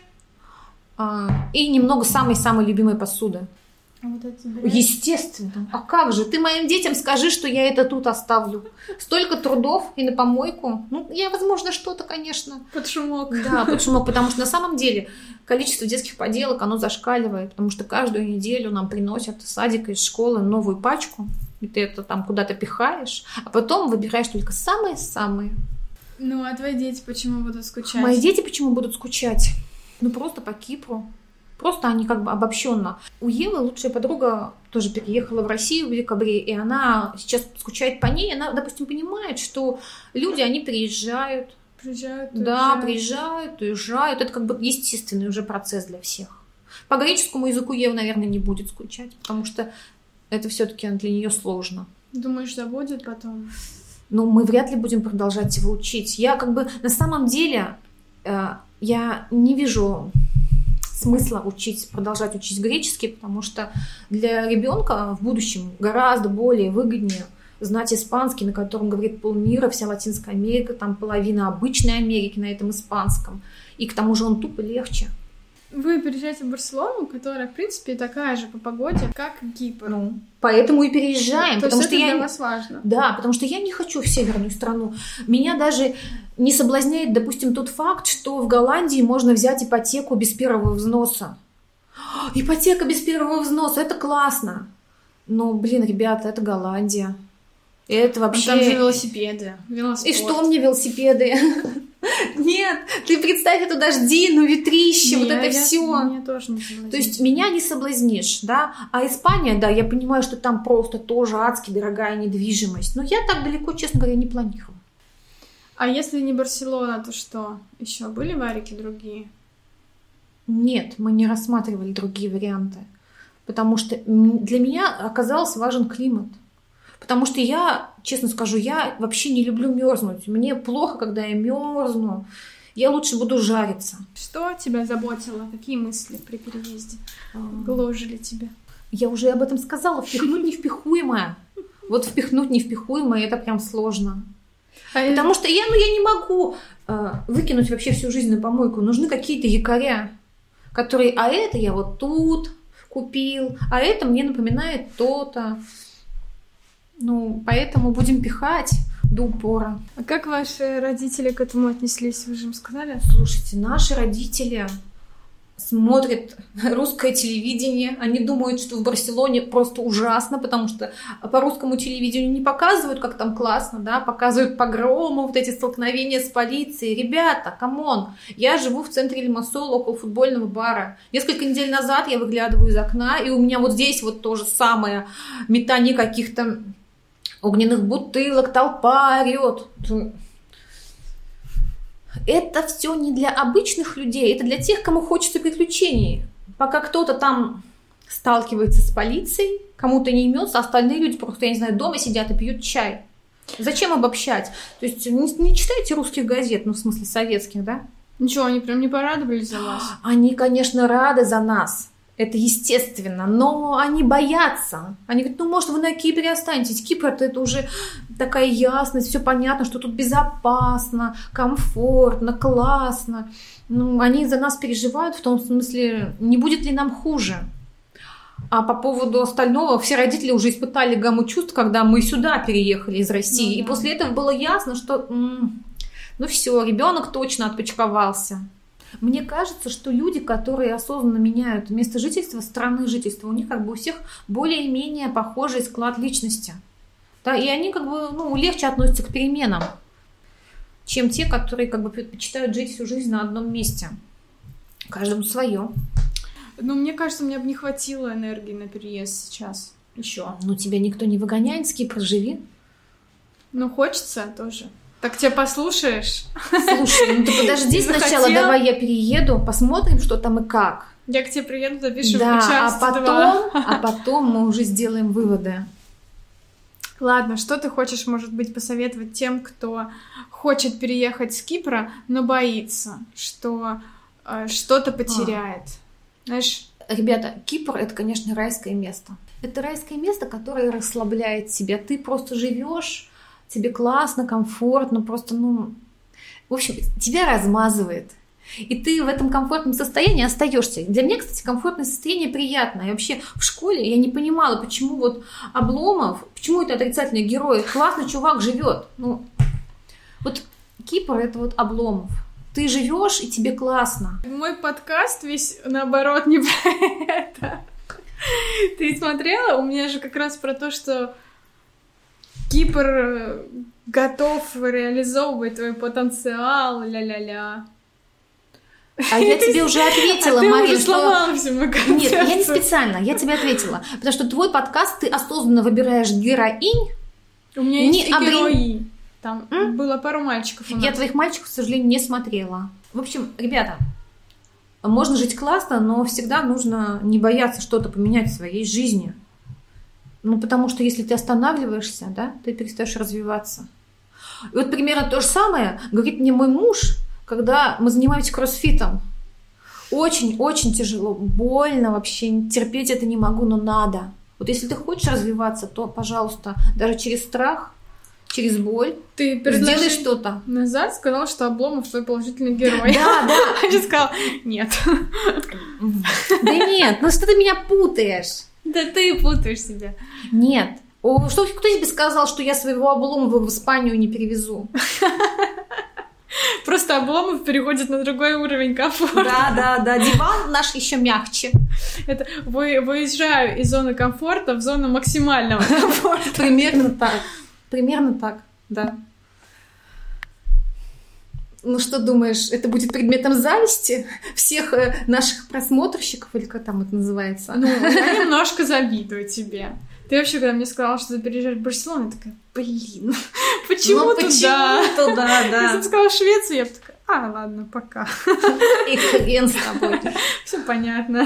S1: а, и немного самой-самой любимой посуды.
S2: А вот это забираешь?
S1: Естественно. А как же? Ты моим детям скажи, что я это тут оставлю. Столько трудов и на помойку. Ну, я, возможно, что-то, конечно.
S2: Под шумок.
S1: Да, под шумок, потому что на самом деле количество детских поделок, оно зашкаливает, потому что каждую неделю нам приносят из садика, из школы новую пачку, и ты это там куда-то пихаешь, а потом выбираешь только самые-самые.
S2: Ну, а твои дети почему будут скучать?
S1: Мои дети почему будут скучать? Ну, просто по Кипру. Просто они как бы обобщенно. У Евы лучшая подруга тоже переехала в Россию в декабре, и она сейчас скучает по ней. Она, допустим, понимает, что люди, они приезжают.
S2: Приезжают,
S1: Да,
S2: уезжают.
S1: приезжают, уезжают. Это как бы естественный уже процесс для всех. По греческому языку Ева, наверное, не будет скучать, потому что это все-таки для нее сложно.
S2: Думаешь, забудет потом?
S1: Но мы вряд ли будем продолжать его учить. Я как бы на самом деле э, я не вижу смысла учить, продолжать учить греческий, потому что для ребенка в будущем гораздо более выгоднее знать испанский, на котором говорит полмира, вся Латинская Америка, там половина обычной Америки на этом испанском. И к тому же он тупо легче.
S2: Вы переезжаете в Барселону, которая, в принципе, такая же по погоде, как Кипр.
S1: Ну, поэтому и переезжаем.
S2: То
S1: потому
S2: есть
S1: что
S2: это
S1: я...
S2: для вас важно.
S1: Да, потому что я не хочу в северную страну. Меня даже не соблазняет, допустим, тот факт, что в Голландии можно взять ипотеку без первого взноса. Ипотека без первого взноса, это классно. Но, блин, ребята, это Голландия. Это вообще...
S2: А там же велосипеды, велоспорт.
S1: И что мне велосипеды? Нет, ты представь эту дождину, ветрище, вот это все.
S2: Меня тоже не соблазнит.
S1: То есть меня не соблазнишь, да? А Испания, да, я понимаю, что там просто тоже адски дорогая недвижимость. Но я так далеко, честно говоря, не планирую.
S2: А если не Барселона, то что? Еще были варики другие?
S1: Нет, мы не рассматривали другие варианты. Потому что для меня оказался важен климат. Потому что я, честно скажу, я вообще не люблю мерзнуть. Мне плохо, когда я мерзну. Я лучше буду жариться.
S2: Что тебя заботило? Какие мысли при переезде гложили тебя?
S1: Я уже об этом сказала. Впихнуть невпихуемое. Вот впихнуть невпихуемое, это прям сложно.
S2: А
S1: Потому что я, ну, я не могу э, выкинуть вообще всю жизнь на помойку. Нужны какие-то якоря, которые, а это я вот тут купил, а это мне напоминает то-то. Ну, поэтому будем пихать до упора.
S2: А как ваши родители к этому отнеслись? Вы же им сказали?
S1: Слушайте, наши родители смотрят русское телевидение. Они думают, что в Барселоне просто ужасно, потому что по русскому телевидению не показывают, как там классно, да, показывают погромы, вот эти столкновения с полицией. Ребята, камон, я живу в центре Лимассола около футбольного бара. Несколько недель назад я выглядываю из окна, и у меня вот здесь вот то же самое метание каких-то огненных бутылок, толпа орёт. Это все не для обычных людей, это для тех, кому хочется приключений. Пока кто-то там сталкивается с полицией, кому-то не имется, остальные люди просто, я не знаю, дома сидят и пьют чай. Зачем обобщать? То есть не, не читайте русских газет, ну в смысле советских, да?
S2: Ничего, они прям не порадовались за вас?
S1: Они, конечно, рады за нас. Это естественно, но они боятся. Они говорят, ну, может, вы на Кипре останетесь. Кипр — это уже такая ясность, все понятно, что тут безопасно, комфортно, классно. Ну, они за нас переживают в том смысле, не будет ли нам хуже. А по поводу остального, все родители уже испытали гамму чувств, когда мы сюда переехали из России. Ну, да. И после этого было ясно, что м- ну все, ребенок точно отпочковался. Мне кажется, что люди, которые осознанно меняют место жительства, страны жительства, у них как бы у всех более-менее похожий склад личности. Да, и они как бы ну, легче относятся к переменам, чем те, которые как бы предпочитают жить всю жизнь на одном месте. Каждому свое.
S2: Ну, мне кажется, мне бы не хватило энергии на переезд сейчас. Еще.
S1: Ну, тебя никто не выгоняет, с Кипра живи.
S2: Ну, хочется тоже. Так тебя послушаешь?
S1: Слушай, ну ты подожди сначала, давай я перееду, посмотрим, что там и как.
S2: Я к тебе приеду, запишем
S1: да,
S2: час,
S1: а потом,
S2: два.
S1: а потом мы уже сделаем выводы.
S2: Ладно, что ты хочешь, может быть, посоветовать тем, кто хочет переехать с Кипра, но боится, что э, что-то потеряет? А. Знаешь?
S1: Ребята, Кипр — это, конечно, райское место. Это райское место, которое расслабляет тебя. Ты просто живешь, тебе классно, комфортно, просто, ну... В общем, тебя размазывает. И ты в этом комфортном состоянии остаешься. Для меня, кстати, комфортное состояние приятное. И вообще в школе я не понимала, почему вот Обломов, почему это отрицательный герой, классный чувак живет. Ну, вот Кипр — это вот Обломов. Ты живешь, и тебе классно.
S2: Мой подкаст весь, наоборот, не про это. Ты смотрела? У меня же как раз про то, что Кипр готов реализовывать твой потенциал, ля-ля-ля.
S1: А я тебе уже ответила,
S2: а
S1: Мария,
S2: ты уже сломала всю мою концепцию.
S1: Нет, я не специально, я тебе ответила. Потому что твой подкаст, ты осознанно выбираешь героинь.
S2: У меня есть и герои. Там М? было пару мальчиков у нас.
S1: Я твоих мальчиков, к сожалению, не смотрела. В общем, ребята, можно жить классно, но всегда нужно не бояться что-то поменять в своей жизни. Ну, потому что если ты останавливаешься, да, ты перестаешь развиваться. И вот примерно то же самое говорит мне мой муж, когда мы занимаемся кроссфитом. Очень-очень тяжело, больно вообще, терпеть это не могу, но надо. Вот если ты хочешь развиваться, то, пожалуйста, даже через страх, через боль,
S2: ты
S1: сделай что-то.
S2: Назад сказал, что Обломов твой положительный герой.
S1: Да, да.
S2: А я сказала, нет.
S1: Да нет, ну что ты меня путаешь?
S2: Да ты путаешь себя.
S1: Нет. О, что, кто тебе сказал, что я своего Обломова в Испанию не перевезу?
S2: Просто Обломов переходит на другой уровень комфорта.
S1: Да, да, да. Диван наш еще мягче.
S2: Это вы, выезжаю из зоны комфорта в зону максимального комфорта.
S1: Примерно так. Примерно так, да. Ну что думаешь, это будет предметом зависти всех наших просмотрщиков, или как там это называется?
S2: Ну, я немножко завидую тебе. Ты вообще, когда мне сказала, что ты переезжаешь в Барселону, я такая, блин, почему
S1: ну,
S2: туда?
S1: Почему туда, да.
S2: Если ты сказала Швецию, я бы такая, а, ладно, пока.
S1: И хрен с тобой.
S2: Все понятно.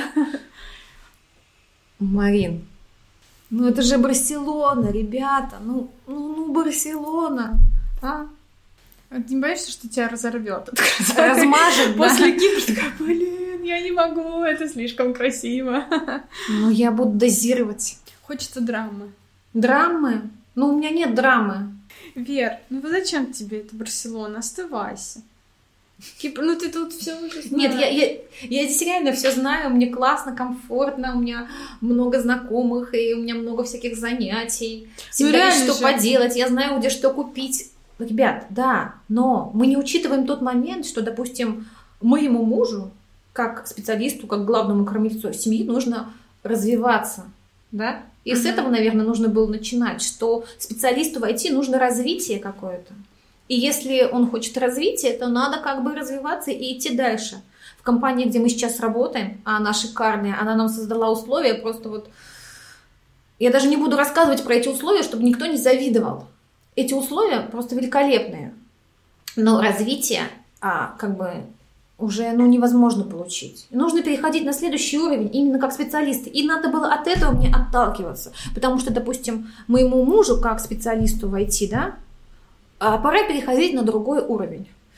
S1: Марин, ну это же Барселона, ребята, ну, ну, ну Барселона, а?
S2: Ты не боишься, что тебя разорвет?
S1: Размажет, да?
S2: После Кипра такая, блин, я не могу, это слишком красиво.
S1: Ну, я буду дозировать.
S2: Хочется драмы.
S1: Драмы? Ну, у меня нет драмы.
S2: Вер, ну зачем тебе это Барселона? Оставайся. Кипр, ну ты тут все уже знаешь.
S1: Нет, я, я, я здесь реально все знаю, мне классно, комфортно, у меня много знакомых, и у меня много всяких занятий. Всегда ну, есть что же. поделать, я знаю, где что купить. Ребят, да, но мы не учитываем тот момент, что, допустим, моему мужу, как специалисту, как главному кормильцу семьи, нужно развиваться, да? И mm-hmm. с этого, наверное, нужно было начинать, что специалисту в ай ти нужно развитие какое-то. И если он хочет развития, то надо как бы развиваться и идти дальше. В компании, где мы сейчас работаем, а она шикарная, она нам создала условия, просто вот... Я даже не буду рассказывать про эти условия, чтобы никто не завидовал. Эти условия просто великолепные. Но развитие а, как бы уже ну, невозможно получить. Нужно переходить на следующий уровень именно как специалисты. И надо было от этого мне отталкиваться. Потому что, допустим, моему мужу как специалисту в ай ти, да, пора переходить на другой уровень.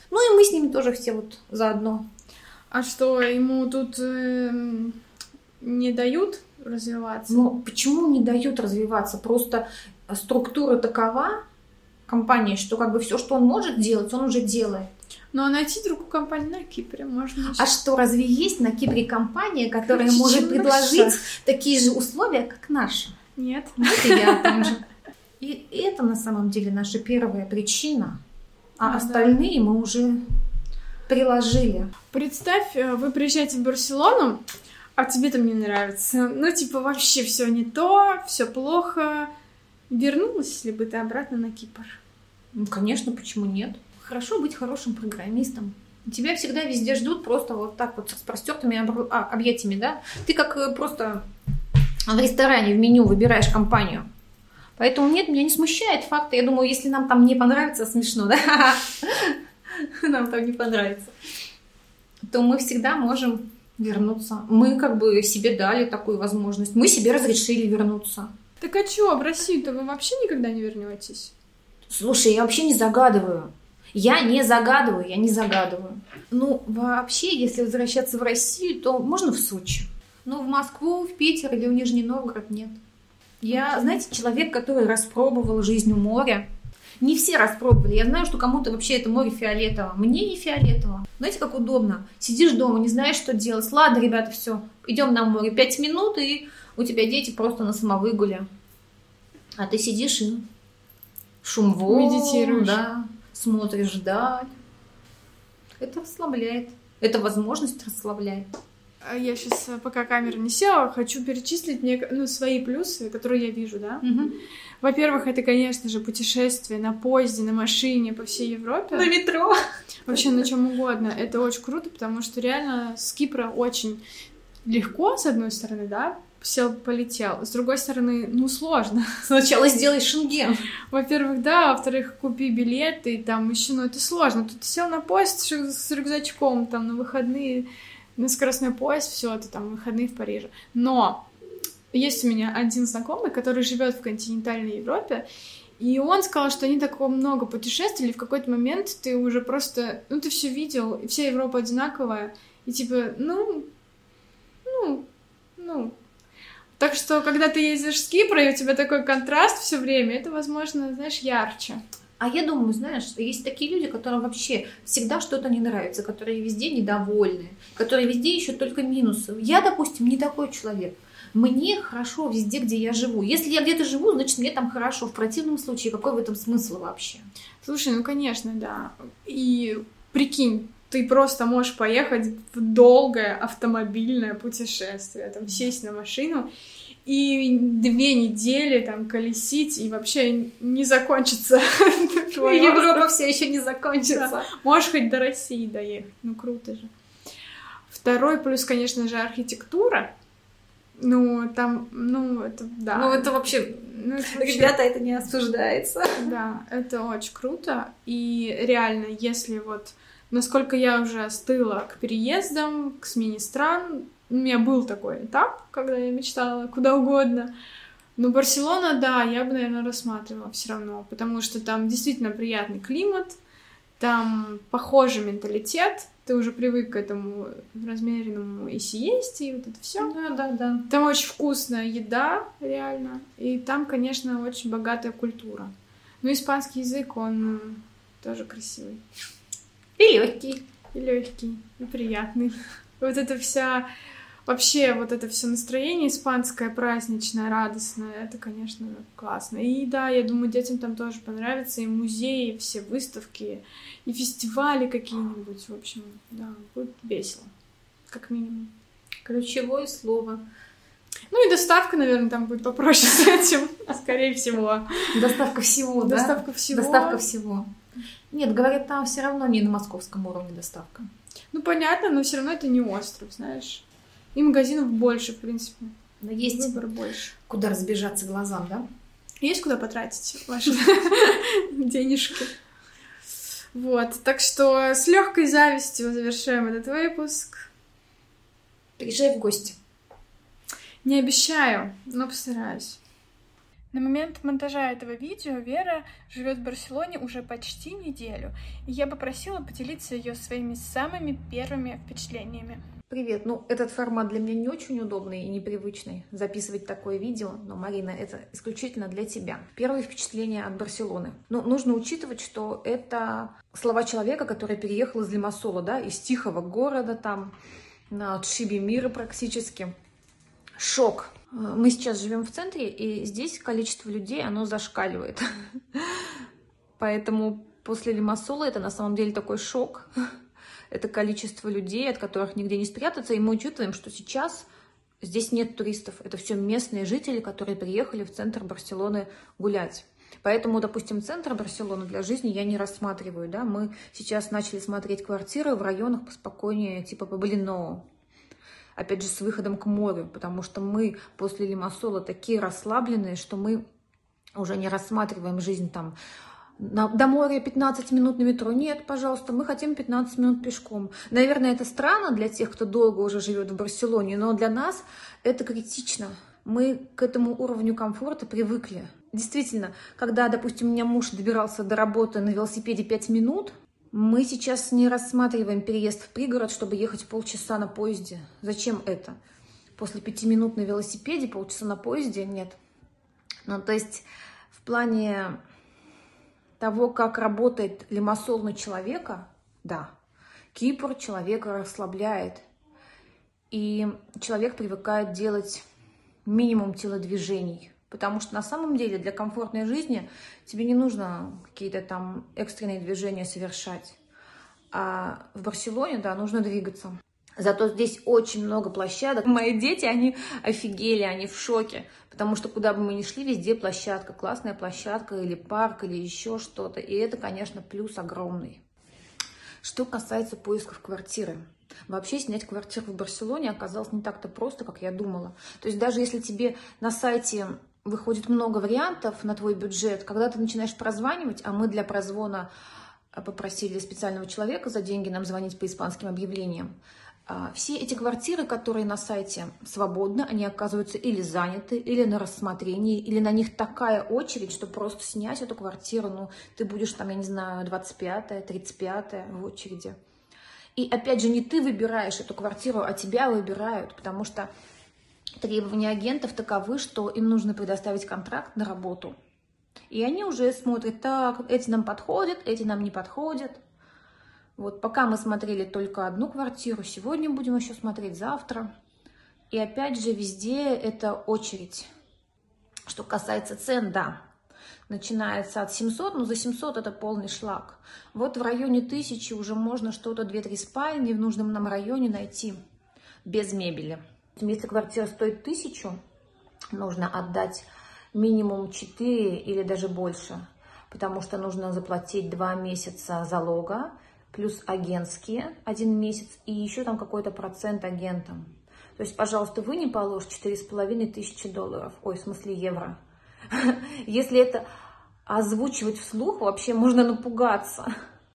S1: Ну и мы с ними тоже все вот заодно.
S2: А что, ему тут э, не дают развиваться?
S1: Ну, почему не дают развиваться? Просто структура такова компании, что как бы все, что он может делать, он уже делает.
S2: Ну, а найти другую компанию на Кипре можно.
S1: А что, разве есть на Кипре компания, которая
S2: Короче,
S1: может предложить
S2: наша.
S1: такие же условия, как наши?
S2: Нет.
S1: Вот и я о том же. И это на самом деле наша первая причина, а
S2: Ну,
S1: остальные мы уже приложили.
S2: Представь, вы приезжаете в Барселону, а тебе там не нравится. Ну, типа, вообще все не то, все плохо. Вернулась ли бы ты обратно на Кипр?
S1: Ну, конечно, почему нет? Хорошо быть хорошим программистом. Тебя всегда везде ждут просто вот так вот с простертыми обр... а, объятиями, да? Ты как э, просто в ресторане в меню выбираешь компанию. Поэтому нет, меня не смущает факт. Я думаю, если нам там не понравится, смешно, да? Нам там не понравится. То мы всегда можем вернуться. Мы как бы себе дали такую возможность. Мы себе разрешили вернуться.
S2: Так а чё, в Россию-то вы вообще никогда не вернетесь?
S1: Слушай, я вообще не загадываю. Я не загадываю, я не загадываю. Ну, вообще, если возвращаться в Россию, то можно в Сочи. Но в Москву, в Питер или в Нижний Новгород нет. Я, знаете, человек, который распробовал жизнь у моря. Не все распробовали. Я знаю, что кому-то вообще это море фиолетово. Мне не фиолетово. Знаете, как удобно? Сидишь дома, не знаешь, что делать. Ладно, ребята, все, идем на море. Пять минут, и у тебя дети просто на самовыгуле. А ты сидишь и шум волн,
S2: медитируешь.
S1: Да, смотришь вдаль. Это расслабляет. Это возможность расслабляет.
S2: Я сейчас, пока камера не села, хочу перечислить мне, ну, свои плюсы, которые я вижу, да?
S1: Угу.
S2: Во-первых, это, конечно же, путешествие на поезде, на машине по всей Европе.
S1: На метро.
S2: Вообще на чем угодно. Это очень круто, потому что реально с Кипра очень легко, с одной стороны, да? Сел, полетел. С другой стороны, ну, сложно.
S1: Сначала сделай шенген.
S2: Во-первых, да, во-вторых, купи билеты, и там еще, ну, это сложно. Тут ты сел на поезд с рюкзачком, там, на выходные, на скоростной поезд, все, ты там, выходные в Париже. Но есть у меня один знакомый, который живет в континентальной Европе, и он сказал, что они так много путешествовали, и в какой-то момент ты уже просто, ну, ты все видел, и вся Европа одинаковая, и типа, ну, ну, ну... Так что, когда ты ездишь с Кипра, и у тебя такой контраст все время, это, возможно, знаешь, ярче.
S1: А я думаю, знаешь, есть такие люди, которым вообще всегда что-то не нравится, которые везде недовольны, которые везде ищут только минусы. Я, допустим, не такой человек. Мне хорошо везде, где я живу. Если я где-то живу, значит, мне там хорошо. В противном случае, какой в этом смысл вообще?
S2: Слушай, ну, конечно, да. И прикинь, ты просто можешь поехать в долгое автомобильное путешествие, там, сесть на машину и две недели там колесить, и вообще не закончится.
S1: Европа все еще не закончится.
S2: Да. Можешь хоть до России доехать, ну круто же. Второй плюс, конечно же, архитектура. Ну, там, ну, это, да.
S1: Ну, это вообще,
S2: ну, это вообще...
S1: ребята, это не обсуждается.
S2: Да, это очень круто, и реально, если вот насколько я уже остыла к переездам, к смене стран. У меня был такой этап, когда я мечтала куда угодно. Но Барселона, да, я бы, наверное, рассматривала все равно, потому что там действительно приятный климат, там похожий менталитет, ты уже привык к этому размеренному и сиесте, и вот это все.
S1: Да, да, да.
S2: Там очень вкусная еда, реально, и там, конечно, очень богатая культура. Но испанский язык, он тоже красивый.
S1: И легкий.
S2: И легкий, и приятный. Вот это вся... Вообще, вот это все настроение испанское, праздничное, радостное, это, конечно, классно. И да, я думаю, детям там тоже понравится, и музеи, и все выставки, и фестивали какие-нибудь. В общем, да, будет весело, как минимум.
S1: Ключевое слово.
S2: Ну и доставка, наверное, там будет попроще с этим, скорее всего.
S1: Доставка всего, да?
S2: Доставка всего.
S1: Доставка всего. Нет, говорят, там все равно не на московском уровне доставка.
S2: Ну, понятно, но все равно это не остров, знаешь. И магазинов больше, в принципе.
S1: Но есть
S2: выбор больше.
S1: Куда разбежаться глазам, да?
S2: Есть куда потратить ваши денежки. Вот, так что с легкой завистью завершаем этот выпуск.
S1: Приезжай в гости.
S2: Не обещаю, но постараюсь. На момент монтажа этого видео Вера живет в Барселоне уже почти неделю, и я попросила поделиться ее своими самыми первыми впечатлениями.
S1: Привет, ну этот формат для меня не очень удобный и непривычный, записывать такое видео, но, Марина, это исключительно для тебя. Первые впечатления от Барселоны. Ну, нужно учитывать, что это слова человека, который переехал из Лимассола, да, из тихого города там, на отшибе мира практически. Шок. Мы сейчас живем в центре, и здесь количество людей, оно зашкаливает. Поэтому после Лимассола это на самом деле такой шок. Это количество людей, от которых нигде не спрятаться. И мы учитываем, что сейчас здесь нет туристов. Это все местные жители, которые приехали в центр Барселоны гулять. Поэтому, допустим, центр Барселоны для жизни я не рассматриваю. Да? Мы сейчас начали смотреть квартиры в районах поспокойнее, типа Поблино. Опять же, с выходом к морю, потому что мы после Лимассола такие расслабленные, что мы уже не рассматриваем жизнь там. На, до моря пятнадцать минут на метро. Нет, пожалуйста, мы хотим пятнадцать минут пешком. Наверное, это странно для тех, кто долго уже живет в Барселоне, но для нас это критично. Мы к этому уровню комфорта привыкли. Действительно, когда, допустим, у меня муж добирался до работы на велосипеде пять минут, мы сейчас не рассматриваем переезд в пригород, чтобы ехать полчаса на поезде. Зачем это? После пяти минут на велосипеде полчаса на поезде? Нет. Ну, то есть в плане того, как работает Лимассол на человека, да, Кипр человека расслабляет. И человек привыкает делать минимум телодвижений. Потому что на самом деле для комфортной жизни тебе не нужно какие-то там экстренные движения совершать. А в Барселоне, да, нужно двигаться. Зато здесь очень много площадок. Мои дети, они офигели, они в шоке. Потому что куда бы мы ни шли, везде площадка. Классная площадка или парк, или еще что-то. И это, конечно, плюс огромный. Что касается поисков квартиры. Вообще снять квартиру в Барселоне оказалось не так-то просто, как я думала. То есть даже если тебе на сайте выходит много вариантов на твой бюджет, когда ты начинаешь прозванивать, а мы для прозвона попросили специального человека за деньги нам звонить по испанским объявлениям, все эти квартиры, которые на сайте свободны, они оказываются или заняты, или на рассмотрении, или на них такая очередь, что просто снять эту квартиру, ну, ты будешь там, я не знаю, двадцать пятая, тридцать пятая в очереди. И опять же, не ты выбираешь эту квартиру, а тебя выбирают, потому что требования агентов таковы, что им нужно предоставить контракт на работу. И они уже смотрят, так, эти нам подходят, эти нам не подходят. Вот пока мы смотрели только одну квартиру, сегодня будем еще смотреть завтра. И опять же, везде это очередь. Что касается цен, да, начинается от семисот, но за семьсот это полный шлак. Вот в районе тысячи уже можно что-то, две-три спальни в нужном нам районе найти без мебели. Если квартира стоит тысячу, нужно отдать минимум четыре или даже больше, потому что нужно заплатить два месяца залога, плюс агентские один месяц и еще там какой-то процент агентам. То есть, пожалуйста, вы не положите четыре с половиной тысячи долларов, ой, в смысле евро. Если это озвучивать вслух, вообще можно напугаться.